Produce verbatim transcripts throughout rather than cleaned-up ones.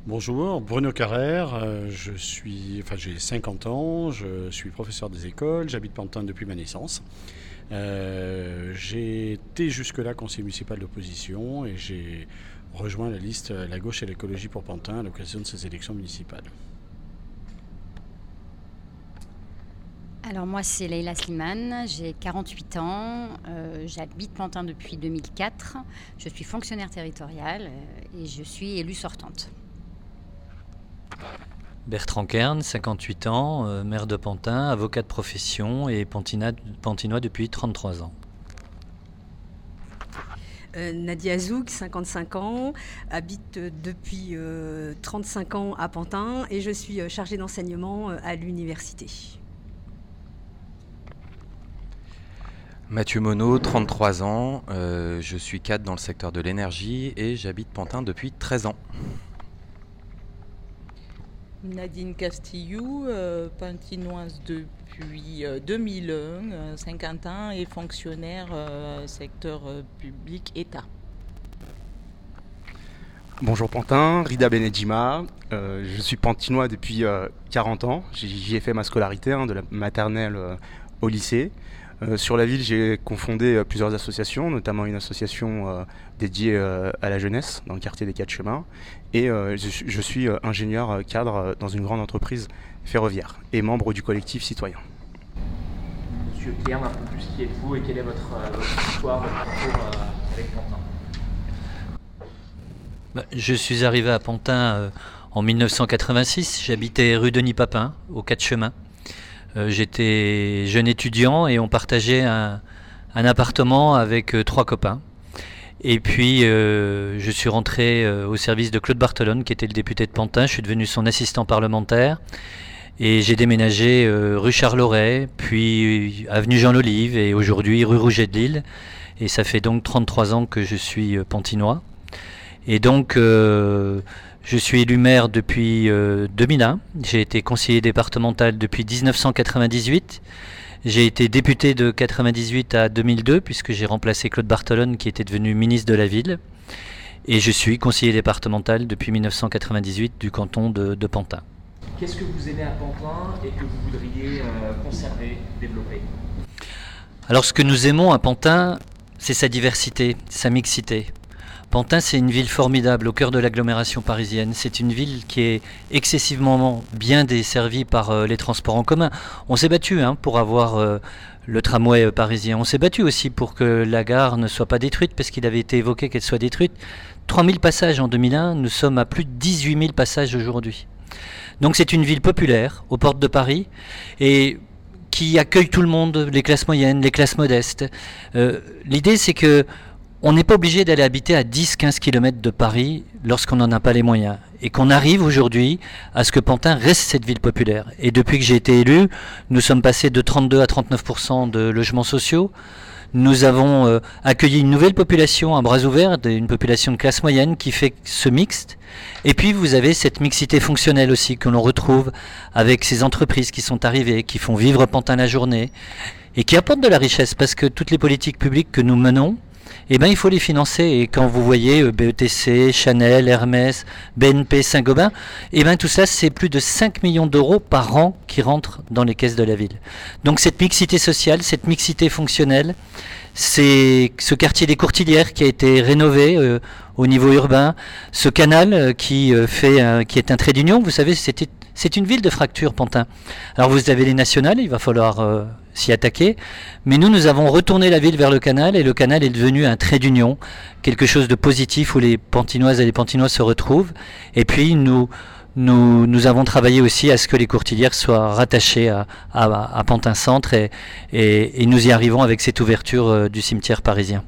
Bonjour, Bruno Carrère, euh, je suis, enfin j'ai cinquante ans, je suis professeur des écoles, j'habite Pantin depuis ma naissance. Euh, j'ai été jusque-là conseiller municipal d'opposition et j'ai rejoint la liste La Gauche et l'Écologie pour Pantin à l'occasion de ces élections municipales. Alors moi c'est Leïla Slimane, j'ai quarante-huit ans, euh, j'habite Pantin depuis deux mille quatre, je suis fonctionnaire territoriale euh, et je suis élue sortante. Bertrand Kern, cinquante-huit ans, euh, maire de Pantin, avocat de profession et pantina- pantinois depuis trente-trois ans. Euh, Nadia Zouk, cinquante-cinq ans, habite depuis euh, trente-cinq ans à Pantin et je suis euh, chargée d'enseignement euh, à l'université. Mathieu Monod, trente-trois ans, euh, je suis cadre dans le secteur de l'énergie et j'habite Pantin depuis treize ans. Nadine Castillou, euh, pantinoise depuis euh, deux mille un, euh, cinquante ans et fonctionnaire euh, secteur euh, public État. Bonjour Pantin, Rida Benedjima, euh, je suis pantinois depuis euh, quarante ans, j'y, j'y ai fait ma scolarité hein, de la maternelle euh, au lycée. Euh, sur la ville, j'ai confondé euh, plusieurs associations, notamment une association euh, dédiée euh, à la jeunesse dans le quartier des Quatre Chemins. Et euh, je, je suis euh, ingénieur euh, cadre euh, dans une grande entreprise ferroviaire et membre du collectif citoyen. Monsieur Kern, un peu plus qui êtes-vous et quelle est votre, euh, votre histoire, votre parcours euh, avec Pantin? Bah, je suis arrivé à Pantin euh, en mille neuf cent quatre-vingt-six, j'habitais rue Denis Papin, aux Quatre Chemins. Euh, j'étais jeune étudiant et on partageait un, un appartement avec euh, trois copains. Et puis euh, je suis rentré euh, au service de Claude Barthelone, qui était le député de Pantin. Je suis devenu son assistant parlementaire et j'ai déménagé euh, rue Charles-Auray, puis avenue Jean-Lolive et aujourd'hui rue Rouget de Lille. Et ça fait donc trente-trois ans que je suis euh, pantinois. Et donc euh, je suis élu maire depuis euh, deux mille un. J'ai été conseiller départemental depuis dix-neuf cent quatre-vingt-dix-huit. J'ai été député de quatre-vingt-dix-huit à deux mille deux puisque j'ai remplacé Claude Barthelone qui était devenu ministre de la ville. Et je suis conseiller départemental depuis mille neuf cent quatre-vingt-dix-huit du canton de, de Pantin. Qu'est-ce que vous aimez à Pantin et que vous voudriez euh, conserver, développer? Alors ce que nous aimons à Pantin, c'est sa diversité, sa mixité. Pantin, c'est une ville formidable au cœur de l'agglomération parisienne. C'est une ville qui est excessivement bien desservie par euh, les transports en commun. On s'est battu hein, pour avoir euh, le tramway euh, parisien. On s'est battu aussi pour que la gare ne soit pas détruite, parce qu'il avait été évoqué qu'elle soit détruite. trois mille passages en deux mille un, nous sommes à plus de dix-huit mille passages aujourd'hui. Donc c'est une ville populaire, aux portes de Paris, et qui accueille tout le monde, les classes moyennes, les classes modestes. Euh, l'idée, c'est que on n'est pas obligé d'aller habiter à dix à quinze kilomètres de Paris lorsqu'on n'en a pas les moyens. Et qu'on arrive aujourd'hui à ce que Pantin reste cette ville populaire. Et depuis que j'ai été élu, nous sommes passés de trente-deux à trente-neuf pour cent de logements sociaux. Nous avons euh, accueilli une nouvelle population à bras ouverts, une population de classe moyenne qui fait ce mixte. Et puis vous avez cette mixité fonctionnelle aussi que l'on retrouve avec ces entreprises qui sont arrivées, qui font vivre Pantin la journée et qui apportent de la richesse parce que toutes les politiques publiques que nous menons, eh ben, il faut les financer. Et quand vous voyez B E T C, Chanel, Hermès, B N P, Saint-Gobain, eh ben, tout ça, c'est plus de cinq millions d'euros par an qui rentrent dans les caisses de la ville. Donc cette mixité sociale, cette mixité fonctionnelle, c'est ce quartier des Courtilières qui a été rénové euh, au niveau urbain, ce canal euh, qui, euh, fait, euh, qui est un trait d'union. Vous savez, c'était, c'est une ville de fracture, Pantin. Alors vous avez les nationales, il va falloir euh, s'y attaquer, mais nous, nous avons retourné la ville vers le canal et le canal est devenu un trait d'union, quelque chose de positif où les Pantinoises et les Pantinois se retrouvent. Et puis nous... Nous, nous avons travaillé aussi à ce que les Courtilières soient rattachées à, à, à Pantin Centre et, et, et nous y arrivons avec cette ouverture euh, du cimetière parisien.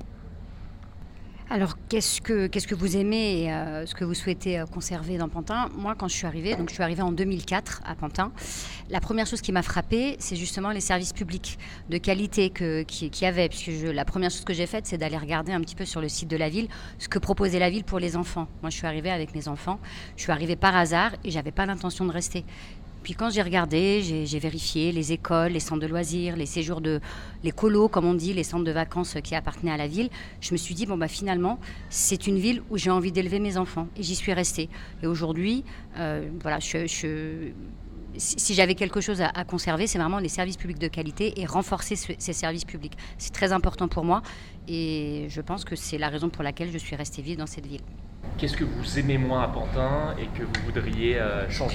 Alors, qu'est-ce que, qu'est-ce que vous aimez et euh, ce que vous souhaitez euh, conserver dans Pantin? Moi, quand je suis arrivée, donc je suis arrivée en deux mille quatre à Pantin, la première chose qui m'a frappée, c'est justement les services publics de qualité que, qui, qu'il y avait. Puisque je, la première chose que j'ai faite, c'est d'aller regarder un petit peu sur le site de la ville ce que proposait la ville pour les enfants. Moi, je suis arrivée avec mes enfants. Je suis arrivée par hasard et j'avais pas l'intention de rester. Puis quand j'ai regardé, j'ai, j'ai vérifié les écoles, les centres de loisirs, les séjours de... les colos, comme on dit, les centres de vacances qui appartenaient à la ville. Je me suis dit, bon bah finalement, c'est une ville où j'ai envie d'élever mes enfants. Et j'y suis restée. Et aujourd'hui, euh, voilà, je... je si j'avais quelque chose à, à conserver, c'est vraiment les services publics de qualité et renforcer ce, ces services publics. C'est très important pour moi et je pense que c'est la raison pour laquelle je suis restée vivre dans cette ville. Qu'est-ce que vous aimez moins à Pantin et que vous voudriez euh, changer ?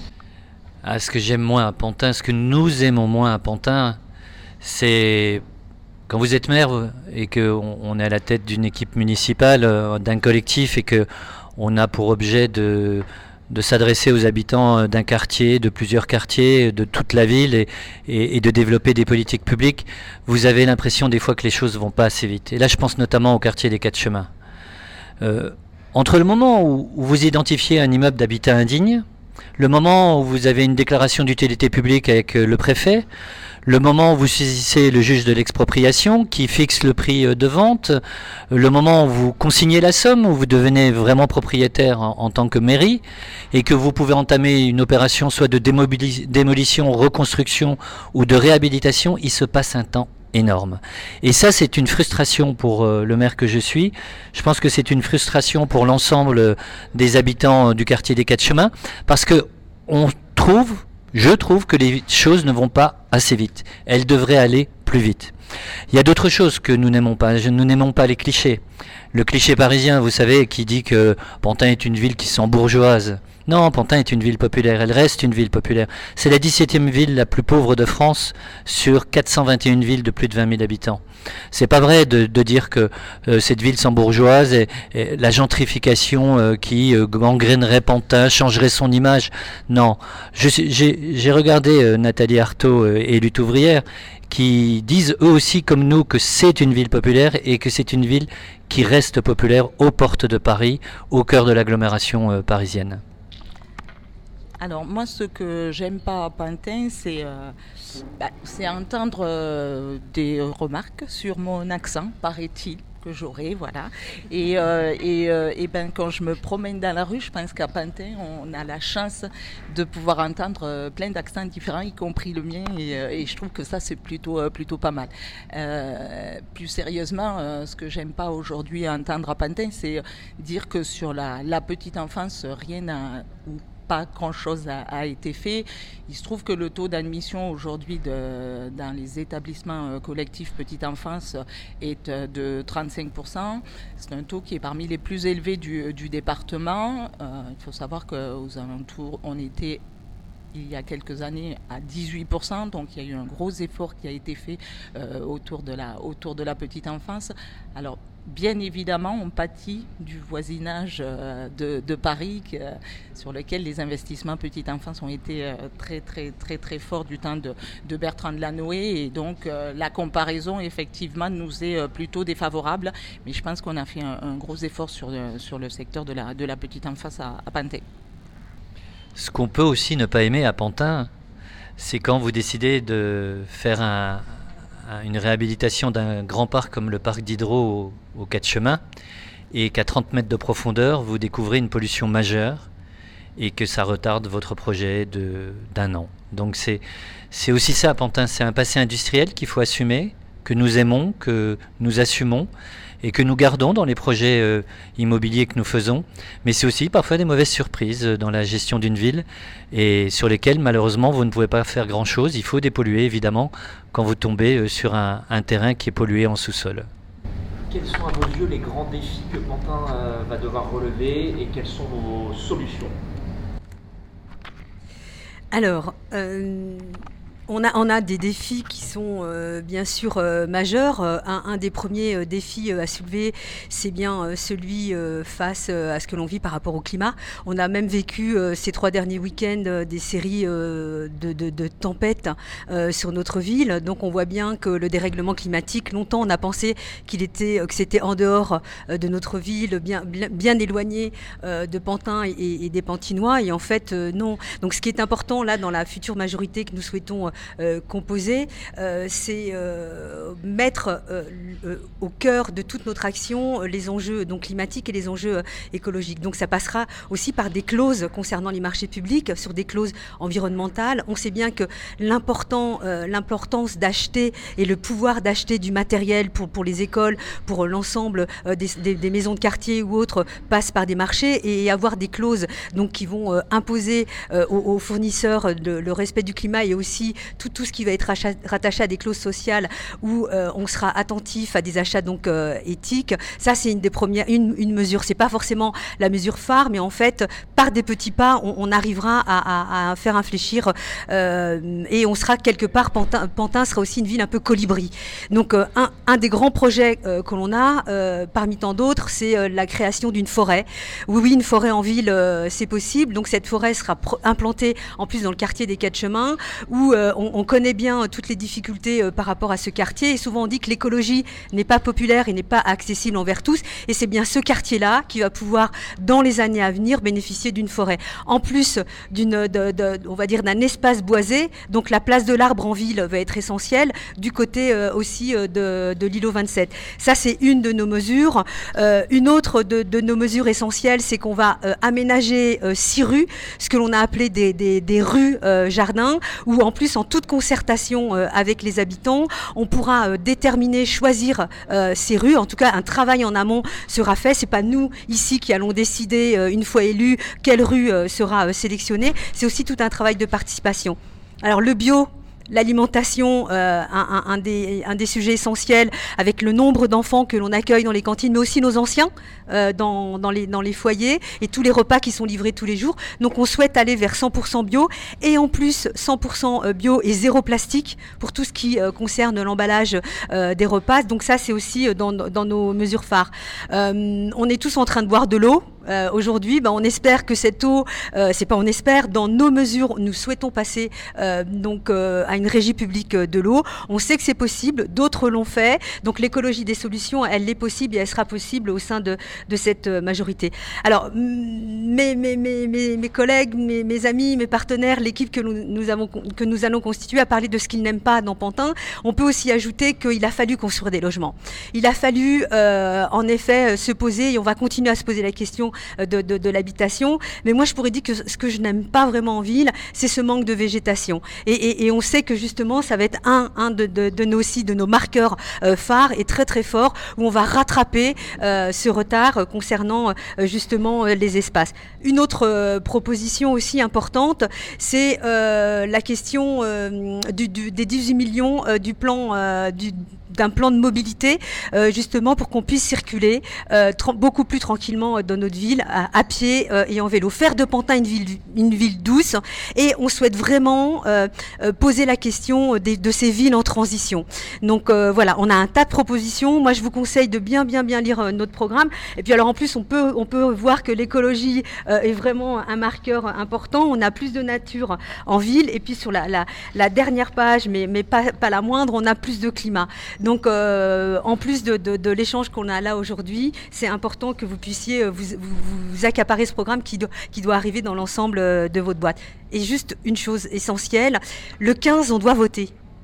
Ah, ce que j'aime moins à Pantin, ce que nous aimons moins à Pantin, c'est quand vous êtes maire et qu'on on est à la tête d'une équipe municipale, euh, d'un collectif et qu'on a pour objet de... de s'adresser aux habitants d'un quartier, de plusieurs quartiers, de toute la ville et, et, et de développer des politiques publiques, vous avez l'impression des fois que les choses ne vont pas assez vite. Et là, je pense notamment au quartier des Quatre Chemins. Euh, entre le moment où, où vous identifiez un immeuble d'habitat indigne, le moment où vous avez une déclaration d'utilité publique avec le préfet, le moment où vous saisissez le juge de l'expropriation qui fixe le prix de vente, le moment où vous consignez la somme, où vous devenez vraiment propriétaire en, en tant que mairie et que vous pouvez entamer une opération soit de démobilis- démolition, reconstruction ou de réhabilitation, il se passe un temps énorme. Et ça, c'est une frustration pour euh, le maire que je suis. Je pense que c'est une frustration pour l'ensemble des habitants du quartier des Quatre Chemins parce que on trouve Je trouve que les choses ne vont pas assez vite. Elles devraient aller plus vite. Il y a d'autres choses que nous n'aimons pas. Nous n'aimons pas les clichés. Le cliché parisien, vous savez, qui dit que Pantin est une ville qui s'embourgeoise. Non, Pantin est une ville populaire. Elle reste une ville populaire. C'est la dix-septième ville la plus pauvre de France sur quatre cent vingt et une villes de plus de vingt mille habitants. C'est pas vrai de, de dire que euh, cette ville s'embourgeoise et, et la gentrification euh, qui euh, gangrènerait Pantin, changerait son image. Non. Je, j'ai, j'ai regardé euh, Nathalie Arthaud euh, et Lutte ouvrière qui disent eux aussi comme nous que c'est une ville populaire et que c'est une ville qui reste populaire aux portes de Paris, au cœur de l'agglomération euh, parisienne. Alors moi, ce que j'aime pas à Pantin, c'est euh, bah, c'est entendre euh, des remarques sur mon accent, paraît-il, que j'aurai, voilà. Et, euh, et, euh, et ben quand je me promène dans la rue, je pense qu'à Pantin, on a la chance de pouvoir entendre euh, plein d'accents différents, y compris le mien, et, euh, et je trouve que ça c'est plutôt euh, plutôt pas mal. Euh, plus sérieusement, euh, ce que j'aime pas aujourd'hui entendre à Pantin, c'est dire que sur la, la petite enfance, rien n'a ou pas grand-chose a, a été fait. Il se trouve que le taux d'admission aujourd'hui de, dans les établissements euh, collectifs petite enfance est euh, de trente-cinq pour cent. C'est un taux qui est parmi les plus élevés du, du département. Euh, il faut savoir qu'aux alentours, on était il y a quelques années à dix-huit pour cent, donc il y a eu un gros effort qui a été fait euh, autour de la, autour de la petite enfance. Alors, bien évidemment, on pâtit du voisinage euh, de, de Paris, que, sur lequel les investissements petite enfance ont été euh, très, très, très, très forts du temps de, de Bertrand Delanoë, et donc euh, la comparaison, effectivement, nous est euh, plutôt défavorable, mais je pense qu'on a fait un, un gros effort sur le, sur le secteur de la, de la petite enfance à, à Pantin. Ce qu'on peut aussi ne pas aimer à Pantin, c'est quand vous décidez de faire un, un, une réhabilitation d'un grand parc comme le parc d'Hydro au, au Quatre Chemins et qu'à trente mètres de profondeur, vous découvrez une pollution majeure et que ça retarde votre projet de, d'un an. Donc c'est, c'est aussi ça à Pantin, c'est un passé industriel qu'il faut assumer, que nous aimons, que nous assumons et que nous gardons dans les projets euh, immobiliers que nous faisons, mais c'est aussi parfois des mauvaises surprises dans la gestion d'une ville et sur lesquelles malheureusement vous ne pouvez pas faire grand-chose. Il faut dépolluer évidemment quand vous tombez euh, sur un, un terrain qui est pollué en sous-sol. Quels sont à vos yeux les grands défis que Pantin euh, va devoir relever et quelles sont vos solutions ? Alors, euh, on a, on a des défis qui sont euh, bien sûr euh, majeurs. Euh, un, un des premiers euh, défis euh, à soulever, c'est bien euh, celui euh, face euh, à ce que l'on vit par rapport au climat. On a même vécu euh, ces trois derniers week-ends euh, des séries euh, de, de, de tempêtes euh, sur notre ville. Donc on voit bien que le dérèglement climatique, longtemps on a pensé qu'il était, que c'était en dehors euh, de notre ville, bien, bien, bien éloigné euh, de Pantin et, et des Pantinois. Et en fait, euh, non. Donc ce qui est important là dans la future majorité que nous souhaitons euh, composé, euh, c'est euh, mettre euh, euh, au cœur de toute notre action euh, les enjeux donc, climatiques et les enjeux euh, écologiques. Donc ça passera aussi par des clauses concernant les marchés publics, sur des clauses environnementales. On sait bien que l'important, euh, l'importance d'acheter et le pouvoir d'acheter du matériel pour, pour les écoles, pour l'ensemble euh, des, des, des maisons de quartier ou autres, passe par des marchés, et avoir des clauses donc, qui vont euh, imposer euh, aux, aux fournisseurs le, le respect du climat, et aussi tout, tout ce qui va être rattaché à des clauses sociales où euh, on sera attentif à des achats donc, euh, éthiques. Ça, c'est une des premières, une, une mesure. C'est pas forcément la mesure phare, mais en fait, par des petits pas, on, on arrivera à, à, à faire infléchir euh, et on sera quelque part, Pantin, Pantin sera aussi une ville un peu colibri. Donc, euh, un, un des grands projets euh, que l'on a, euh, parmi tant d'autres, c'est euh, la création d'une forêt. Oui, oui, une forêt en ville, euh, c'est possible. Donc, cette forêt sera implantée en plus dans le quartier des Quatre Chemins, où euh, on, on connaît bien euh, toutes les difficultés euh, par rapport à ce quartier. Et souvent, on dit que l'écologie n'est pas populaire et n'est pas accessible envers tous. Et c'est bien ce quartier-là qui va pouvoir, dans les années à venir, bénéficier d'une forêt. En plus d'une, de, de, on va dire, d'un espace boisé. Donc, la place de l'Arbre en ville va être essentielle, du côté euh, aussi euh, de, de l'îlot vingt-sept. Ça, c'est une de nos mesures. Euh, une autre de, de nos mesures essentielles, c'est qu'on va euh, aménager euh, six rues, ce que l'on a appelé des, des, des rues euh, jardins, où en plus, en toute concertation euh, avec les habitants, on pourra euh, déterminer, choisir euh, ces rues. En tout cas, un travail en amont sera fait. C'est pas nous ici qui allons décider, euh, une fois élus, quelle rue euh, sera euh, sélectionnée. C'est aussi tout un travail de participation. Alors le bio, l'alimentation, euh, un, un, un, des, un des sujets essentiels, avec le nombre d'enfants que l'on accueille dans les cantines, mais aussi nos anciens euh, dans, dans, les, dans les foyers, et tous les repas qui sont livrés tous les jours. Donc on souhaite aller vers cent pour cent bio, et en plus cent pour cent bio et zéro plastique pour tout ce qui euh, concerne l'emballage euh, des repas. Donc ça, c'est aussi dans, dans nos mesures phares. Euh, on est tous en train de boire de l'eau. Euh, aujourd'hui, ben, on espère que cette eau, euh, c'est pas on espère, dans nos mesures, nous souhaitons passer euh, donc euh, à une régie publique de l'eau. On sait que c'est possible, d'autres l'ont fait. Donc l'écologie des solutions, elle est possible et elle sera possible au sein de, de cette majorité. Alors, mes, mes, mes, mes, mes collègues, mes, mes amis, mes partenaires, l'équipe que nous, nous avons, que nous allons constituer a parlé de ce qu'ils n'aiment pas dans Pantin. On peut aussi ajouter qu'il a fallu construire des logements. Il a fallu, euh, en effet, se poser, et on va continuer à se poser la question De, de, de l'habitation, mais moi je pourrais dire que ce que je n'aime pas vraiment en ville, c'est ce manque de végétation, et, et, et on sait que justement ça va être un, un de, de, de nos aussi de nos marqueurs euh, phares, et très très fort, où on va rattraper euh, ce retard euh, concernant euh, justement euh, les espaces. Une autre euh, proposition aussi importante, c'est euh, la question euh, du, du, des dix-huit millions euh, du plan euh, du d'un plan de mobilité, euh, justement pour qu'on puisse circuler euh, tra- beaucoup plus tranquillement dans notre ville, à, à pied euh, et en vélo. Faire de Pantin une ville, une ville douce, et on souhaite vraiment euh, euh, poser la question des, de ces villes en transition. Donc euh, voilà, on a un tas de propositions. Moi, je vous conseille de bien, bien, bien lire euh, notre programme. Et puis alors en plus, on peut, on peut voir que l'écologie euh, est vraiment un marqueur important. On a plus de nature en ville, et puis sur la, la, la dernière page, mais, mais pas, pas la moindre, on a plus de climat. Donc, euh, en plus de, de, de l'échange qu'on a là aujourd'hui, c'est important que vous puissiez vous, vous, vous accaparer ce programme qui, do, qui doit arriver dans l'ensemble de votre boîte. Et juste une chose essentielle, le quinze, on doit voter.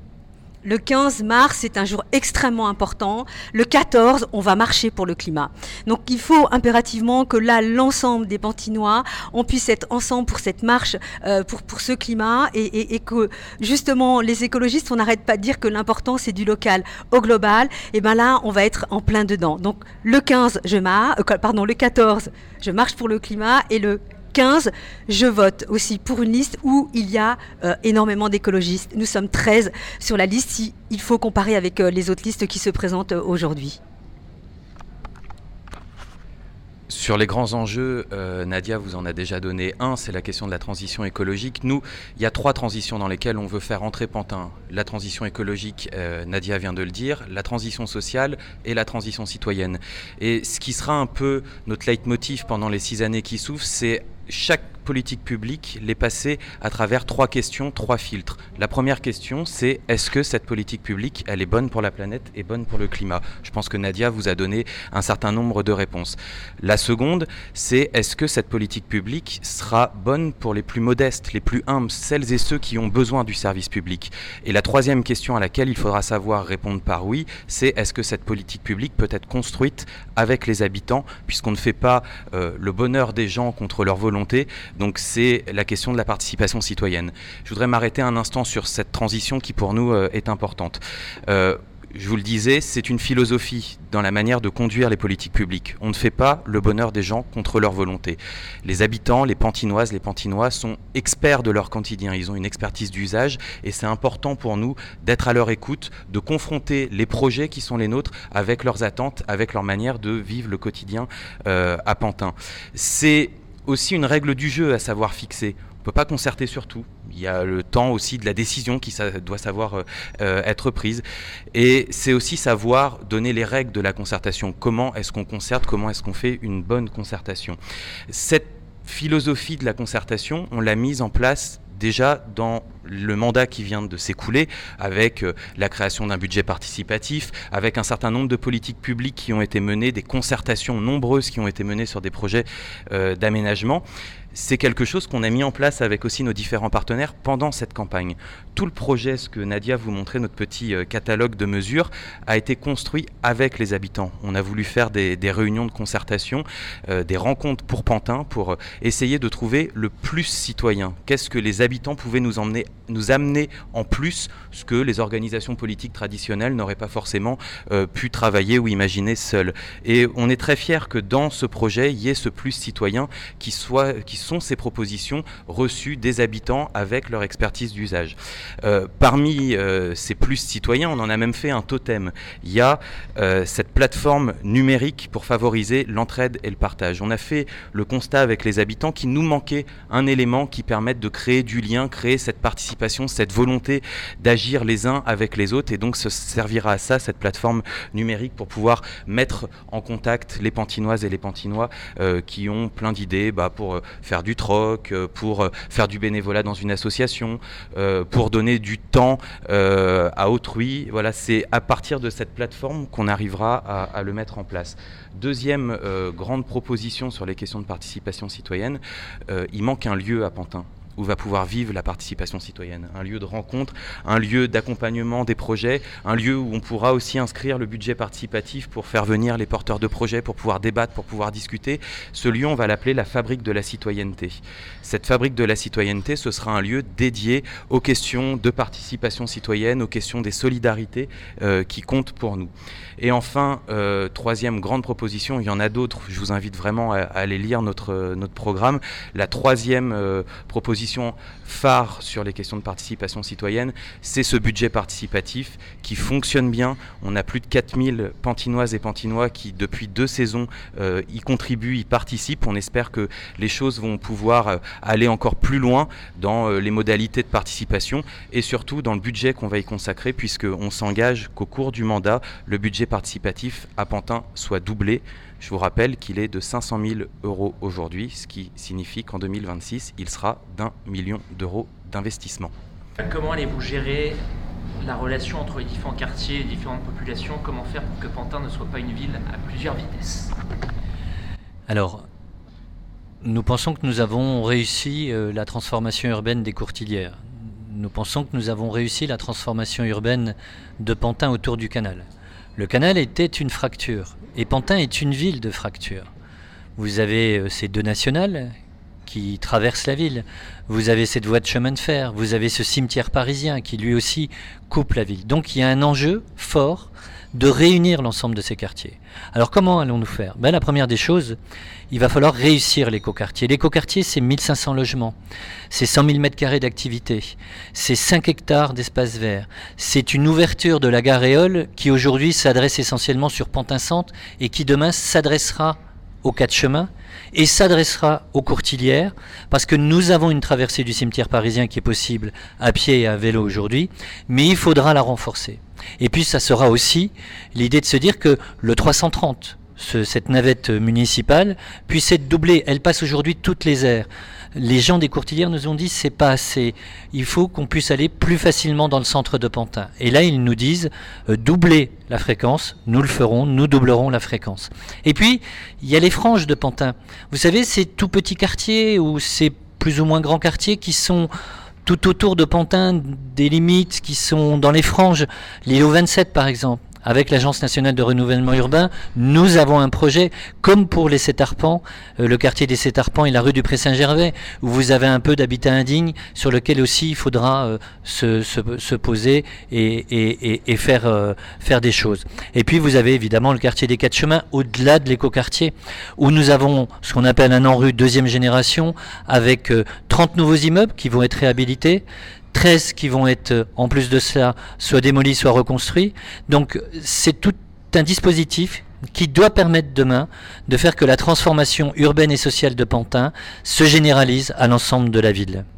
Le quinze mars, c'est un jour extrêmement important. Le quatorze, on va marcher pour le climat. Donc, il faut impérativement que là, l'ensemble des Pantinois, on puisse être ensemble pour cette marche, euh, pour, pour ce climat, et, et, et que, justement, les écologistes, on n'arrête pas de dire que l'important, c'est du local au global. Et ben là, on va être en plein dedans. Donc, le quinze, je marche, euh, pardon, le quatorze, je marche pour le climat, et le quinze, je vote aussi pour une liste où il y a euh, énormément d'écologistes. Nous sommes treize sur la liste, si, il faut comparer avec euh, les autres listes qui se présentent euh, aujourd'hui. Sur les grands enjeux, euh, Nadia vous en a déjà donné un, c'est la question de la transition écologique. Nous, il y a trois transitions dans lesquelles on veut faire entrer Pantin. La transition écologique, euh, Nadia vient de le dire, la transition sociale et la transition citoyenne. Et ce qui sera un peu notre leitmotiv pendant les six années qui s'ouvrent, c'est chaque politique publique l'est passée à travers trois questions, trois filtres. La première question, c'est est-ce que cette politique publique, elle est bonne pour la planète et bonne pour le climat? Je pense que Nadia vous a donné un certain nombre de réponses. La seconde, c'est est-ce que cette politique publique sera bonne pour les plus modestes, les plus humbles, celles et ceux qui ont besoin du service public? Et la troisième question à laquelle il faudra savoir répondre par oui, c'est est-ce que cette politique publique peut être construite avec les habitants, puisqu'on ne fait pas euh, le bonheur des gens contre leur volonté. Donc c'est la question de la participation citoyenne. Je voudrais m'arrêter un instant sur cette transition qui pour nous euh, est importante. Euh, Je vous le disais, c'est une philosophie dans la manière de conduire les politiques publiques. On ne fait pas le bonheur des gens contre leur volonté. Les habitants, les Pantinoises, les Pantinois sont experts de leur quotidien. Ils ont une expertise d'usage et c'est important pour nous d'être à leur écoute, de confronter les projets qui sont les nôtres avec leurs attentes, avec leur manière de vivre le quotidien euh, à Pantin. C'est aussi une règle du jeu à savoir fixer. On ne peut pas concerter sur tout. Il y a le temps aussi de la décision qui ça, doit savoir euh, être prise. Et c'est aussi savoir donner les règles de la concertation. Comment est-ce qu'on concerte? Comment est-ce qu'on fait une bonne concertation? Cette philosophie de la concertation, on l'a mise en place déjà dans le mandat qui vient de s'écouler, avec euh, la création d'un budget participatif, avec un certain nombre de politiques publiques qui ont été menées, des concertations nombreuses qui ont été menées sur des projets euh, d'aménagement. C'est quelque chose qu'on a mis en place avec aussi nos différents partenaires pendant cette campagne. Tout le projet, ce que Nadia vous montrait, notre petit euh, catalogue de mesures, a été construit avec les habitants. On a voulu faire des, des réunions de concertation, euh, des rencontres pour Pantin, pour euh, essayer de trouver le plus citoyen. Qu'est-ce que les habitants pouvaient nous emmener, nous amener en plus, ce que les organisations politiques traditionnelles n'auraient pas forcément euh, pu travailler ou imaginer seules. Et on est très fiers que dans ce projet, il y ait ce plus citoyen qui soit, qui sont ces propositions reçues des habitants avec leur expertise d'usage. Euh, parmi euh, ces plus citoyens, on en a même fait un totem. Il y a euh, cette plateforme numérique pour favoriser l'entraide et le partage. On a fait le constat avec les habitants qu'il nous manquait un élément qui permette de créer du lien, créer cette participation, cette volonté d'agir les uns avec les autres, et donc se servira à ça, cette plateforme numérique, pour pouvoir mettre en contact les Pantinoises et les Pantinois euh, qui ont plein d'idées bah, pour euh, faire du troc, euh, pour euh, faire du bénévolat dans une association, euh, pour donner du temps euh, à autrui. Voilà, c'est à partir de cette plateforme qu'on arrivera à, à le mettre en place. Deuxième euh, grande proposition sur les questions de participation citoyenne, euh, il manque un lieu à Pantin où va pouvoir vivre la participation citoyenne. Un lieu de rencontre, un lieu d'accompagnement des projets, un lieu où on pourra aussi inscrire le budget participatif pour faire venir les porteurs de projets, pour pouvoir débattre, pour pouvoir discuter. Ce lieu, on va l'appeler la fabrique de la citoyenneté. Cette fabrique de la citoyenneté, ce sera un lieu dédié aux questions de participation citoyenne, aux questions des solidarités euh, qui comptent pour nous. Et enfin, euh, troisième grande proposition, il y en a d'autres, je vous invite vraiment à, à aller lire notre, notre programme. La troisième euh, proposition phare sur les questions de participation citoyenne, c'est ce budget participatif qui fonctionne bien. On a plus de quatre mille Pantinoises et Pantinois qui, depuis deux saisons, euh, y contribuent, y participent. On espère que les choses vont pouvoir euh, aller encore plus loin dans euh, les modalités de participation et surtout dans le budget qu'on va y consacrer, puisqu'on s'engage qu'au cours du mandat, le budget participatif à Pantin soit doublé. Je vous rappelle qu'il est de cinq cent mille euros aujourd'hui, ce qui signifie qu'en deux mille vingt-six, il sera d'un million d'euros d'investissement. Comment allez-vous gérer la relation entre les différents quartiers et les différentes populations? Comment faire pour que Pantin ne soit pas une ville à plusieurs vitesses? Alors, nous pensons que nous avons réussi euh, la transformation urbaine des Courtilières. Nous pensons que nous avons réussi la transformation urbaine de Pantin autour du canal. Le canal était une fracture, et Pantin est une ville de fracture. Vous avez euh, ces deux nationales qui traversent la ville, vous avez cette voie de chemin de fer, vous avez ce cimetière parisien qui lui aussi coupe la ville. Donc il y a un enjeu fort de réunir l'ensemble de ces quartiers. Alors comment allons-nous faire? Ben, la première des choses, il va falloir réussir l'écoquartier. L'écoquartier, c'est mille cinq cents logements, c'est cent mille mètres carrés d'activité, c'est cinq hectares d'espace vert, c'est une ouverture de la gare Éole qui aujourd'hui s'adresse essentiellement sur Pantin-Centre et qui demain s'adressera aux quatre chemins et s'adressera aux Courtilières, parce que nous avons une traversée du cimetière parisien qui est possible à pied et à vélo aujourd'hui, mais il faudra la renforcer. Et puis ça sera aussi l'idée de se dire que le trois cent trente, ce, cette navette municipale, puisse être doublée. Elle passe aujourd'hui toutes les aires. les gens des Courtilières nous ont dit c'est pas assez, il faut qu'on puisse aller plus facilement dans le centre de Pantin. Et là ils nous disent euh, doubler la fréquence, nous le ferons, nous doublerons la fréquence. Et puis il y a les franges de Pantin. Vous savez, ces tout petits quartiers ou ces plus ou moins grands quartiers qui sont tout autour de Pantin, des limites qui sont dans les franges, l'île au vingt-sept par exemple. Avec l'Agence nationale de renouvellement urbain, nous avons un projet, comme pour les Sept-Arpents, euh, le quartier des Sept-Arpents et la rue du Pré-Saint-Gervais, où vous avez un peu d'habitat indigne, sur lequel aussi il faudra euh, se, se, se poser et, et, et, et faire, euh, faire des choses. Et puis vous avez évidemment le quartier des Quatre Chemins, au-delà de l'écoquartier, où nous avons ce qu'on appelle un ANRU deuxième génération, avec euh, trente nouveaux immeubles qui vont être réhabilités, treize qui vont être, en plus de ça, soit démolis, soit reconstruits. Donc c'est tout un dispositif qui doit permettre demain de faire que la transformation urbaine et sociale de Pantin se généralise à l'ensemble de la ville.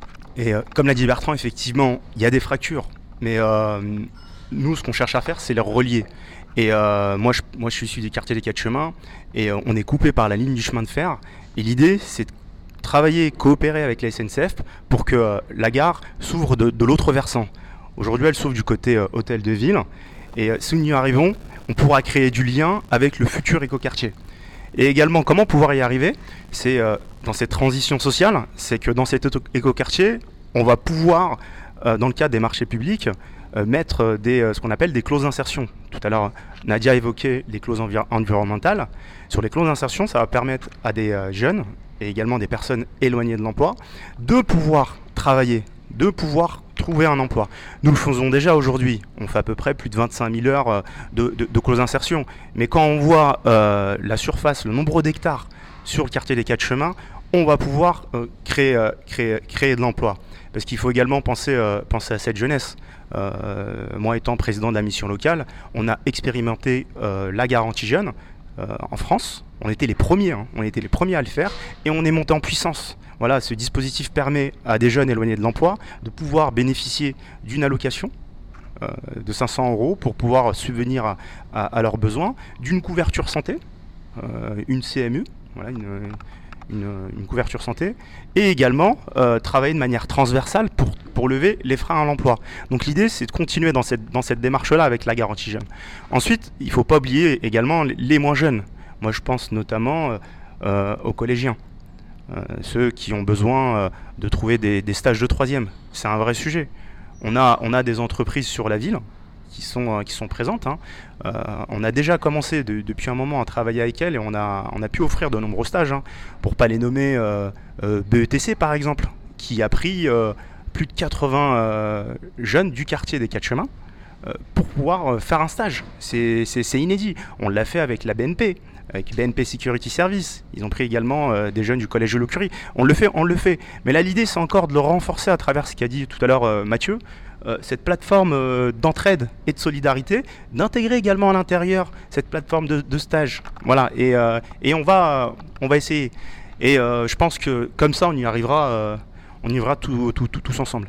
Et euh, comme l'a dit Bertrand, effectivement, il y a des fractures. Mais euh, nous, ce qu'on cherche à faire, c'est les relier. Et euh, moi, je, moi, je suis issu du quartier des Quatre Chemins, et euh, on est coupé par la ligne du chemin de fer. Et l'idée, c'est de travailler, coopérer avec la S N C F pour que euh, la gare s'ouvre de, de l'autre versant. Aujourd'hui, elle s'ouvre du côté euh, hôtel de ville. Et euh, si nous y arrivons, on pourra créer du lien avec le futur écoquartier. Et également, comment pouvoir y arriver ? C'est euh, dans cette transition sociale, c'est que dans cet écoquartier, on va pouvoir, euh, dans le cadre des marchés publics, euh, mettre des, euh, ce qu'on appelle des clauses d'insertion. Tout à l'heure, Nadia évoquait les clauses envi- environnementales. Sur les clauses d'insertion, ça va permettre à des euh, jeunes et également des personnes éloignées de l'emploi de pouvoir travailler, de pouvoir trouver un emploi. Nous le faisons déjà aujourd'hui. On fait à peu près plus de vingt-cinq mille heures de, de, de clauses d'insertion. Mais quand on voit euh, la surface, le nombre d'hectares sur le quartier des Quatre Chemins, on va pouvoir euh, créer, euh, créer, créer de l'emploi. Parce qu'il faut également penser, euh, penser à cette jeunesse. Euh, moi étant président de la mission locale, on a expérimenté euh, la garantie jeune euh, en France. On était les premiers, hein. on était les premiers à le faire et on est monté en puissance. Voilà, ce dispositif permet à des jeunes éloignés de l'emploi de pouvoir bénéficier d'une allocation euh, de cinq cents euros pour pouvoir subvenir à, à, à leurs besoins, d'une couverture santé, euh, une C M U, voilà, une, une, une couverture santé, et également euh, travailler de manière transversale pour, pour lever les freins à l'emploi. Donc l'idée, c'est de continuer dans cette, dans cette démarche-là avec la garantie jeune. Ensuite, il ne faut pas oublier également les, les moins jeunes. Moi, je pense notamment euh, aux collégiens, euh, ceux qui ont besoin euh, de trouver des, des stages de troisième. C'est un vrai sujet. On a, on a des entreprises sur la ville qui sont, euh, qui sont présentes. Hein. Euh, on a déjà commencé de, depuis un moment à travailler avec elles et on a, on a pu offrir de nombreux stages, hein, pour ne pas les nommer euh, euh, B E T C par exemple, qui a pris euh, plus de quatre-vingts euh, jeunes du quartier des Quatre Chemins euh, pour pouvoir euh, faire un stage. C'est, c'est, c'est inédit. On l'a fait avec la B N P. Avec B N P Security Service, ils ont pris également euh, des jeunes du collège de l'Ocurie. On le fait, on le fait. Mais là, l'idée, c'est encore de le renforcer à travers ce qu'a dit tout à l'heure euh, Mathieu, euh, cette plateforme euh, d'entraide et de solidarité, d'intégrer également à l'intérieur cette plateforme de, de stage. Voilà, et, euh, et on va, on va essayer. Et euh, je pense que comme ça, on y arrivera, euh, on y arrivera tout, tout, tout, tous ensemble.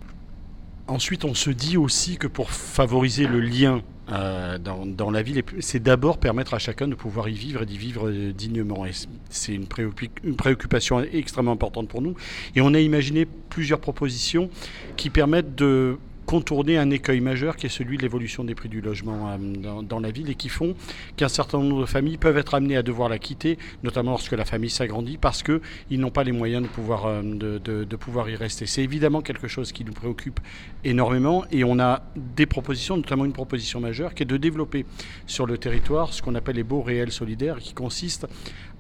Ensuite, on se dit aussi que pour favoriser le lien Euh, dans, dans la ville, c'est d'abord permettre à chacun de pouvoir y vivre et d'y vivre dignement. Et c'est une, préoccup- une préoccupation extrêmement importante pour nous. Et on a imaginé plusieurs propositions qui permettent de contourner un écueil majeur qui est celui de l'évolution des prix du logement euh, dans, dans la ville et qui font qu'un certain nombre de familles peuvent être amenées à devoir la quitter, notamment lorsque la famille s'agrandit, parce qu'ils n'ont pas les moyens de pouvoir, euh, de, de, de pouvoir y rester. C'est évidemment quelque chose qui nous préoccupe énormément et on a des propositions, notamment une proposition majeure qui est de développer sur le territoire ce qu'on appelle les baux réels solidaires, qui consiste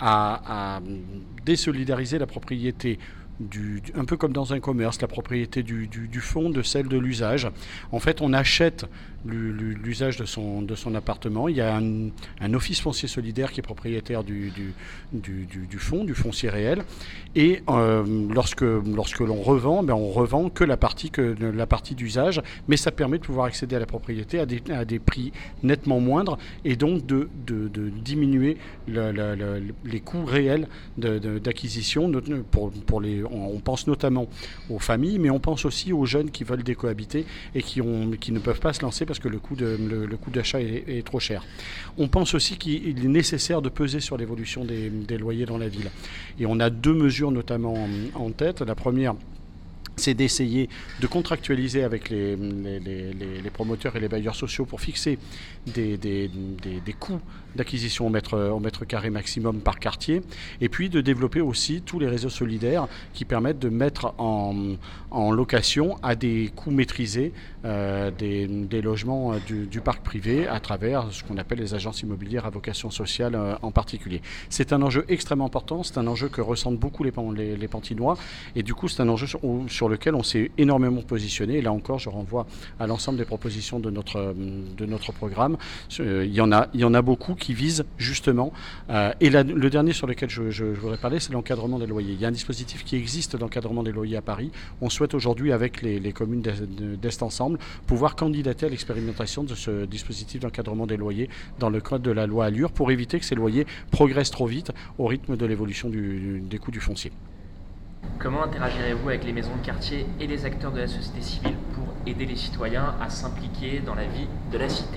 à, à désolidariser la propriété Du, un peu comme dans un commerce, la propriété du, du, du fonds de celle de l'usage. En fait, on achète l'usage de son, de son appartement. Il y a un, un office foncier solidaire qui est propriétaire du, du, du, du, du fonds, du foncier réel. Et euh, lorsque, lorsque l'on revend, ben on revend que la partie, que la partie d'usage, mais ça permet de pouvoir accéder à la propriété à des, à des prix nettement moindres et donc de, de, de diminuer le, le, le, les coûts réels de, de, d'acquisition. Pour, pour les, on, on pense notamment aux familles, mais on pense aussi aux jeunes qui veulent décohabiter et qui, ont, qui ne peuvent pas se lancer parce parce que le coût, de, le, le coût d'achat est, est trop cher. On pense aussi qu'il est nécessaire de peser sur l'évolution des, des loyers dans la ville. Et on a deux mesures notamment en, en tête. La première, c'est d'essayer de contractualiser avec les, les, les, les promoteurs et les bailleurs sociaux pour fixer des, des, des, des coûts d'acquisition au mètre, au mètre carré maximum par quartier, et puis de développer aussi tous les réseaux solidaires qui permettent de mettre en, en location à des coûts maîtrisés euh, des, des logements du, du parc privé à travers ce qu'on appelle les agences immobilières à vocation sociale euh, en particulier. C'est un enjeu extrêmement important, c'est un enjeu que ressentent beaucoup les, les, les Pantinois, et du coup c'est un enjeu sur, sur lequel on s'est énormément positionné. Et là encore, je renvoie à l'ensemble des propositions de notre, de notre programme. Euh, il y en a, il y en a beaucoup qui visent justement, euh, et la, le dernier sur lequel je, je, je voudrais parler, c'est l'encadrement des loyers. Il y a un dispositif qui existe d'encadrement des loyers à Paris. On souhaite aujourd'hui, avec les, les communes d'Est Ensemble, pouvoir candidater à l'expérimentation de ce dispositif d'encadrement des loyers dans le cadre de la loi Allure pour éviter que ces loyers progressent trop vite au rythme de l'évolution du, des coûts du foncier. Comment interagirez-vous avec les maisons de quartier et les acteurs de la société civile pour aider les citoyens à s'impliquer dans la vie de la cité ?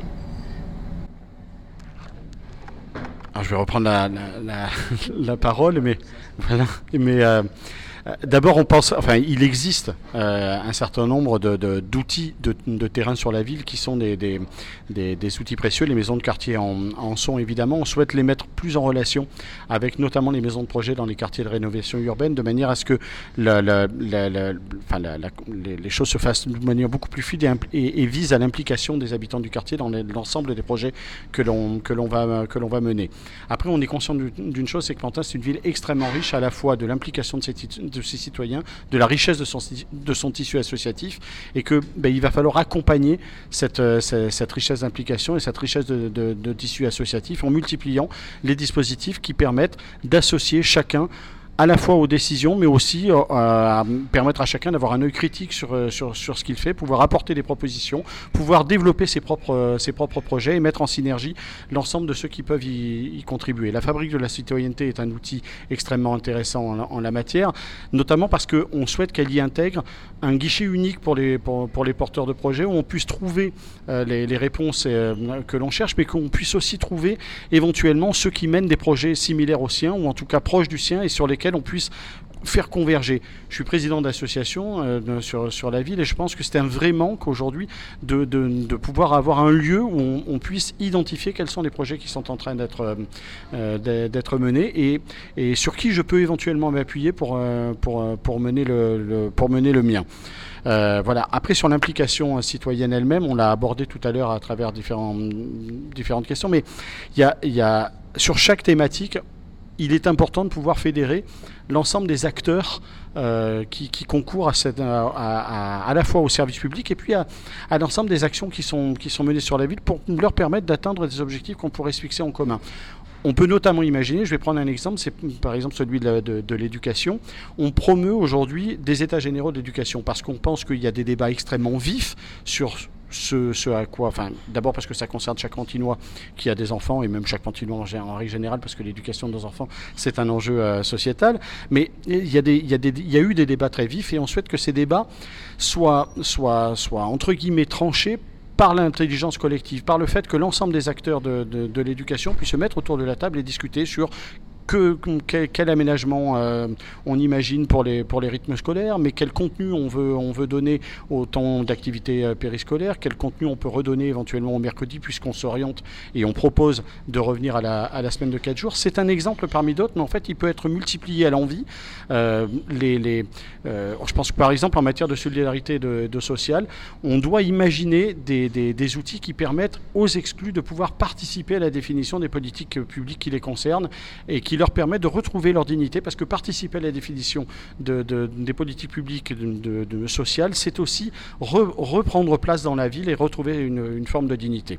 Alors, je vais reprendre la, la, la, la parole, mais voilà. Mais euh, d'abord, on pense, enfin, il existe euh, un certain nombre de, de, d'outils de, de terrain sur la ville qui sont des, des, des, des outils précieux. Les maisons de quartier en, en sont évidemment. On souhaite les mettre plus en relation avec notamment les maisons de projet dans les quartiers de rénovation urbaine, de manière à ce que la, la, la, la, enfin, la, la, les, les choses se fassent de manière beaucoup plus fluide et, et, et visent à l'implication des habitants du quartier dans les, l'ensemble des projets que l'on, que l'on va, que l'on va mener. Après, on est conscient d'une chose, c'est que Pantin, c'est une ville extrêmement riche à la fois de l'implication de ses, de ses citoyens, de la richesse de son, de son tissu associatif, et que ben, il va falloir accompagner cette, cette, cette richesse d'implication et cette richesse de, de, de tissu associatif en multipliant les dispositifs qui permettent d'associer chacun à la fois aux décisions, mais aussi euh, à permettre à chacun d'avoir un œil critique sur, sur, sur ce qu'il fait, pouvoir apporter des propositions, pouvoir développer ses propres, ses propres projets et mettre en synergie l'ensemble de ceux qui peuvent y, y contribuer. La fabrique de la citoyenneté est un outil extrêmement intéressant en, en la matière, notamment parce qu'on souhaite qu'elle y intègre un guichet unique pour les, pour, pour les porteurs de projets, où on puisse trouver euh, les, les réponses euh, que l'on cherche, mais qu'on puisse aussi trouver éventuellement ceux qui mènent des projets similaires aux siens, ou en tout cas proches du sien, et sur lesquels on puisse faire converger. Je suis président d'association euh, sur, sur la ville, et je pense que c'est un vrai manque aujourd'hui de, de, de pouvoir avoir un lieu où on, on puisse identifier quels sont les projets qui sont en train d'être, euh, d'être menés et, et sur qui je peux éventuellement m'appuyer pour, euh, pour, pour, mener le, le, pour mener le mien. Euh, voilà. Après, sur l'implication citoyenne elle-même, on l'a abordé tout à l'heure à travers différents, différentes questions, mais il y a, y a, sur chaque thématique, il est important de pouvoir fédérer l'ensemble des acteurs euh, qui, qui concourent à, cette, à, à, à la fois au service public et puis à, à l'ensemble des actions qui sont, qui sont menées sur la ville pour leur permettre d'atteindre des objectifs qu'on pourrait se fixer en commun. On peut notamment imaginer, je vais prendre un exemple, c'est par exemple celui de, de, de l'éducation. On promeut aujourd'hui des états généraux d'éducation parce qu'on pense qu'il y a des débats extrêmement vifs sur Ce, ce à quoi, enfin, d'abord parce que ça concerne chaque Pantinois qui a des enfants, et même chaque Pantinois en, en règle générale, parce que l'éducation de nos enfants, c'est un enjeu euh, sociétal. Mais il y, a des, il, y a des, il y a eu des débats très vifs, et on souhaite que ces débats soient, soient, soient entre guillemets, tranchés par l'intelligence collective, par le fait que l'ensemble des acteurs de, de, de l'éducation puissent se mettre autour de la table et discuter sur Que, quel, quel aménagement euh, on imagine pour les, pour les rythmes scolaires, mais quel contenu on veut, on veut donner au temps d'activité euh, périscolaire, quel contenu on peut redonner éventuellement au mercredi, puisqu'on s'oriente et on propose de revenir à la, à la semaine de quatre jours. C'est un exemple parmi d'autres, mais en fait il peut être multiplié à l'envi. Euh, les, les, euh, je pense que par exemple en matière de solidarité de, de sociale, on doit imaginer des, des, des outils qui permettent aux exclus de pouvoir participer à la définition des politiques publiques qui les concernent et qui leur permet de retrouver leur dignité, parce que participer à la définition de, de, des politiques publiques de, de, de sociales, c'est aussi re, reprendre place dans la ville et retrouver une, une forme de dignité.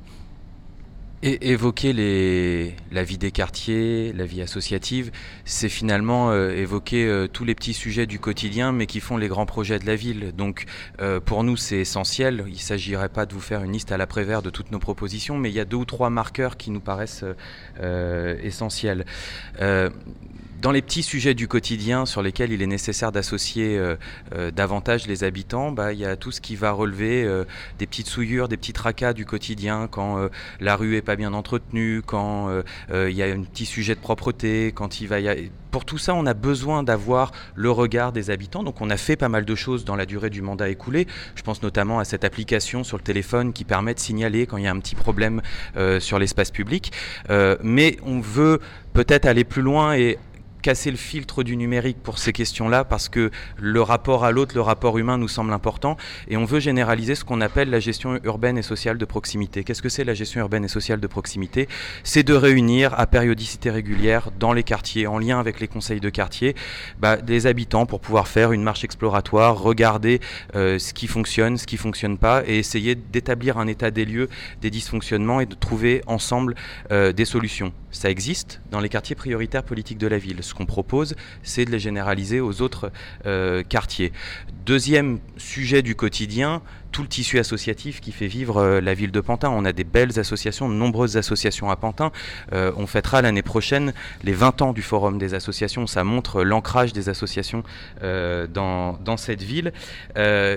Et évoquer les, la vie des quartiers, la vie associative, c'est finalement euh, évoquer euh, tous les petits sujets du quotidien, mais qui font les grands projets de la ville. Donc euh, pour nous, c'est essentiel. Il ne s'agirait pas de vous faire une liste à l'après-vert de toutes nos propositions, mais il y a deux ou trois marqueurs qui nous paraissent euh, essentiels. Euh, Dans les petits sujets du quotidien sur lesquels il est nécessaire d'associer euh, euh, davantage les habitants, bah, il y a tout ce qui va relever euh, des petites souillures, des petits tracas du quotidien, quand euh, la rue est pas bien entretenue, quand euh, euh, il y a un petit sujet de propreté, quand il va y a... Pour tout ça, on a besoin d'avoir le regard des habitants. Donc on a fait pas mal de choses dans la durée du mandat écoulé. Je pense notamment à cette application sur le téléphone qui permet de signaler quand il y a un petit problème euh, sur l'espace public. Euh, mais on veut peut-être aller plus loin et casser le filtre du numérique pour ces questions-là, parce que le rapport à l'autre, le rapport humain nous semble important, et on veut généraliser ce qu'on appelle la gestion urbaine et sociale de proximité. Qu'est-ce que c'est la gestion urbaine et sociale de proximité ? C'est de réunir à périodicité régulière dans les quartiers, en lien avec les conseils de quartier, bah, des habitants pour pouvoir faire une marche exploratoire, regarder euh, ce qui fonctionne, ce qui ne fonctionne pas, et essayer d'établir un état des lieux des dysfonctionnements et de trouver ensemble euh, des solutions. Ça existe dans les quartiers prioritaires politiques de la ville. Ce qu'on propose, c'est de les généraliser aux autres euh, quartiers. Deuxième sujet du quotidien, tout le tissu associatif qui fait vivre euh, la ville de Pantin. On a des belles associations, de nombreuses associations à Pantin. Euh, on fêtera l'année prochaine les vingt ans du Forum des associations. Ça montre l'ancrage des associations euh, dans, dans cette ville. Euh,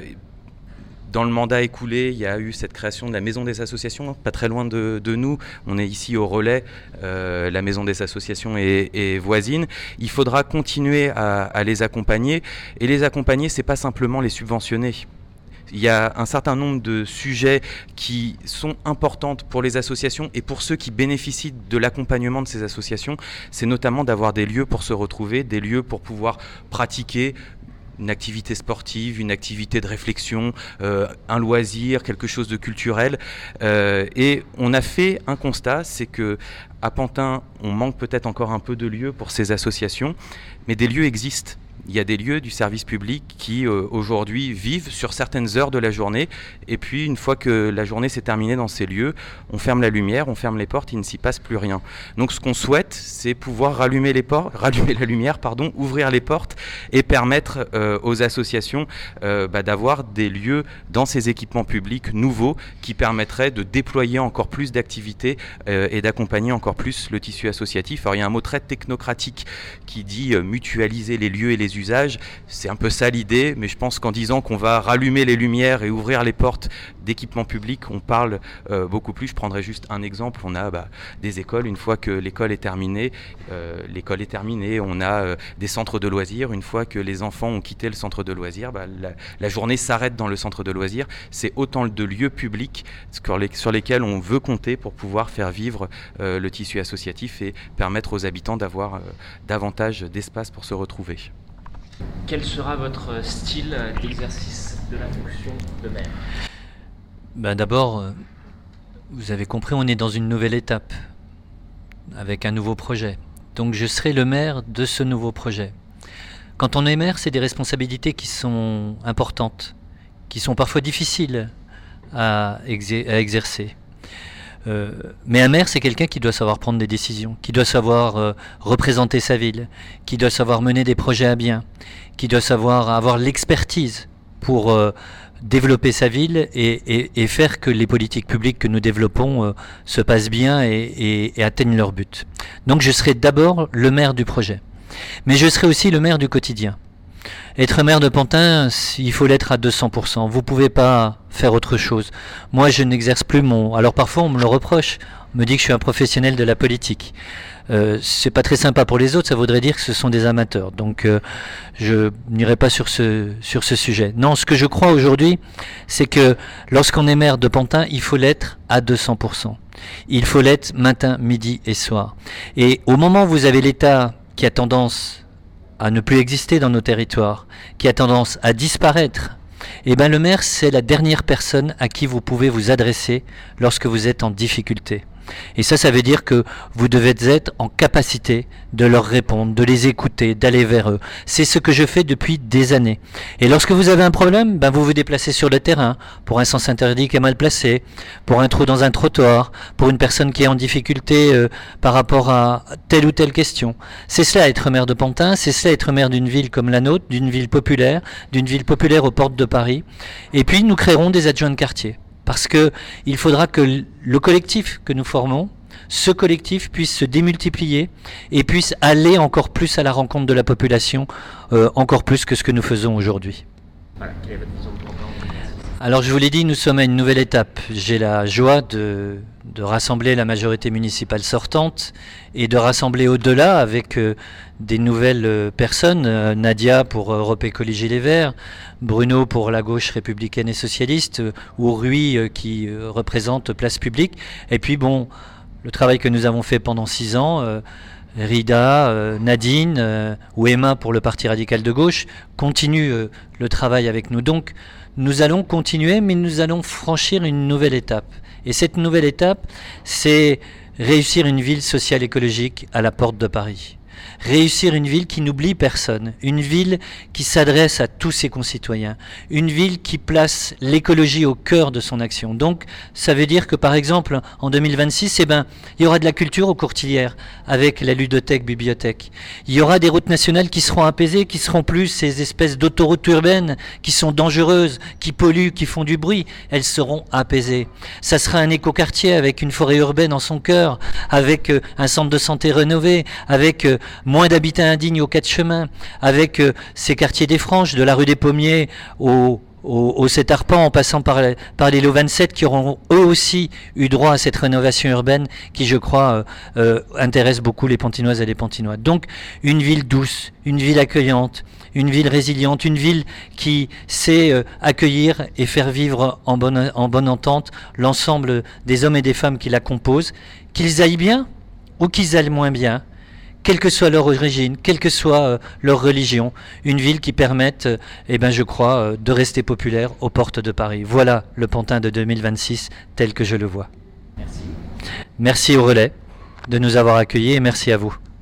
Dans le mandat écoulé, il y a eu cette création de la Maison des associations, pas très loin de, de nous. On est ici au Relais, euh, la Maison des associations est, est voisine. Il faudra continuer à, à les accompagner. Et les accompagner, c'est pas simplement les subventionner. Il y a un certain nombre de sujets qui sont importants pour les associations et pour ceux qui bénéficient de l'accompagnement de ces associations. C'est notamment d'avoir des lieux pour se retrouver, des lieux pour pouvoir pratiquer une activité sportive, une activité de réflexion, euh, un loisir, quelque chose de culturel. Euh, et on a fait un constat, c'est que à Pantin, on manque peut-être encore un peu de lieux pour ces associations, mais des lieux existent. Il y a des lieux du service public qui euh, aujourd'hui vivent sur certaines heures de la journée, et puis une fois que la journée s'est terminée dans ces lieux, on ferme la lumière, on ferme les portes, il ne s'y passe plus rien. Donc ce qu'on souhaite, c'est pouvoir rallumer les portes, rallumer la lumière, pardon, ouvrir les portes et permettre euh, aux associations euh, bah, d'avoir des lieux dans ces équipements publics nouveaux qui permettraient de déployer encore plus d'activités euh, et d'accompagner encore plus le tissu associatif. Alors il y a un mot très technocratique qui dit euh, mutualiser les lieux et les usages, c'est un peu ça l'idée, mais je pense qu'en disant qu'on va rallumer les lumières et ouvrir les portes d'équipements publics, on parle euh, beaucoup plus. Je prendrai juste un exemple, on a bah, des écoles, une fois que l'école est terminée, euh, l'école est terminée, on a euh, des centres de loisirs, une fois que les enfants ont quitté le centre de loisirs, bah, la, la journée s'arrête dans le centre de loisirs. C'est autant de lieux publics sur, les, sur lesquels on veut compter pour pouvoir faire vivre euh, le tissu associatif et permettre aux habitants d'avoir euh, davantage d'espace pour se retrouver. Quel sera votre style d'exercice de la fonction de maire ? Ben d'abord, euh, vous avez compris, on est dans une nouvelle étape, avec un nouveau projet. Donc je serai le maire de ce nouveau projet. Quand on est maire, c'est des responsabilités qui sont importantes, qui sont parfois difficiles à, exer- à exercer. Euh, mais un maire, c'est quelqu'un qui doit savoir prendre des décisions, qui doit savoir euh, représenter sa ville, qui doit savoir mener des projets à bien, qui doit savoir avoir l'expertise pour euh, développer sa ville et, et, et faire que les politiques publiques que nous développons euh, se passent bien et, et, et atteignent leur but. Donc je serai d'abord le maire du projet, mais je serai aussi le maire du quotidien. Être maire de Pantin, il faut l'être à deux cents pour cent. Vous ne pouvez pas faire autre chose. Moi, je n'exerce plus mon... Alors parfois, on me le reproche. On me dit que je suis un professionnel de la politique. Euh, c'est pas très sympa pour les autres. Ça voudrait dire que ce sont des amateurs. Donc, euh, je n'irai pas sur ce, sur ce sujet. Non, ce que je crois aujourd'hui, c'est que lorsqu'on est maire de Pantin, il faut l'être à deux cents pour cent. Il faut l'être matin, midi et soir. Et au moment où vous avez l'État qui a tendance à ne plus exister dans nos territoires, qui a tendance à disparaître, eh bien le maire, c'est la dernière personne à qui vous pouvez vous adresser lorsque vous êtes en difficulté. Et ça, ça veut dire que vous devez être en capacité de leur répondre, de les écouter, d'aller vers eux. C'est ce que je fais depuis des années. Et lorsque vous avez un problème, ben vous vous déplacez sur le terrain pour un sens interdit qui est mal placé, pour un trou dans un trottoir, pour une personne qui est en difficulté euh, par rapport à telle ou telle question. C'est cela être maire de Pantin, c'est cela être maire d'une ville comme la nôtre, d'une ville populaire, d'une ville populaire aux portes de Paris. Et puis nous créerons des adjoints de quartier. Parce que il faudra que le collectif que nous formons ce collectif puisse se démultiplier et puisse aller encore plus à la rencontre de la population, euh, encore plus que ce que nous faisons aujourd'hui. Voilà, quelle est votre vision de Pantin ? Alors je vous l'ai dit, nous sommes à une nouvelle étape. J'ai la joie de, de rassembler la majorité municipale sortante et de rassembler au-delà avec euh, des nouvelles euh, personnes, euh, Nadia pour Europe Écologie Les Verts, Bruno pour la gauche républicaine et socialiste, euh, ou Rui euh, qui euh, représente Place Publique. Et puis bon, le travail que nous avons fait pendant six ans, euh, Rida, euh, Nadine euh, ou Emma pour le Parti radical de gauche continuent euh, le travail avec nous. Donc nous allons continuer, mais nous allons franchir une nouvelle étape. Et cette nouvelle étape, c'est réussir une ville sociale écologique à la porte de Paris. Réussir une ville qui n'oublie personne, une ville qui s'adresse à tous ses concitoyens, une ville qui place l'écologie au cœur de son action. Donc ça veut dire que par exemple en deux mille vingt-six, eh ben, il y aura de la culture aux Courtilières avec la ludothèque, bibliothèque. Il y aura des routes nationales qui seront apaisées, qui seront plus ces espèces d'autoroutes urbaines qui sont dangereuses, qui polluent, qui font du bruit. Elles seront apaisées. Ça sera un écoquartier avec une forêt urbaine en son cœur, avec euh, un centre de santé rénové, avec euh, moins d'habitats indignes aux quatre chemins, avec euh, ces quartiers des Franches, de la rue des Pommiers au, au, au sept arpents, en passant par, par les lots vingt-sept, qui auront eux aussi eu droit à cette rénovation urbaine qui, je crois, euh, euh, intéresse beaucoup les Pantinoises et les Pantinois. Donc, une ville douce, une ville accueillante, une ville résiliente, une ville qui sait euh, accueillir et faire vivre en bonne, en bonne entente l'ensemble des hommes et des femmes qui la composent, qu'ils aillent bien ou qu'ils aillent moins bien, quelle que soit leur origine, quelle que soit euh, leur religion, une ville qui permette, euh, eh ben, je crois, euh, de rester populaire aux portes de Paris. Voilà le Pantin de deux mille vingt-six tel que je le vois. Merci. Merci au Relais de nous avoir accueillis et merci à vous.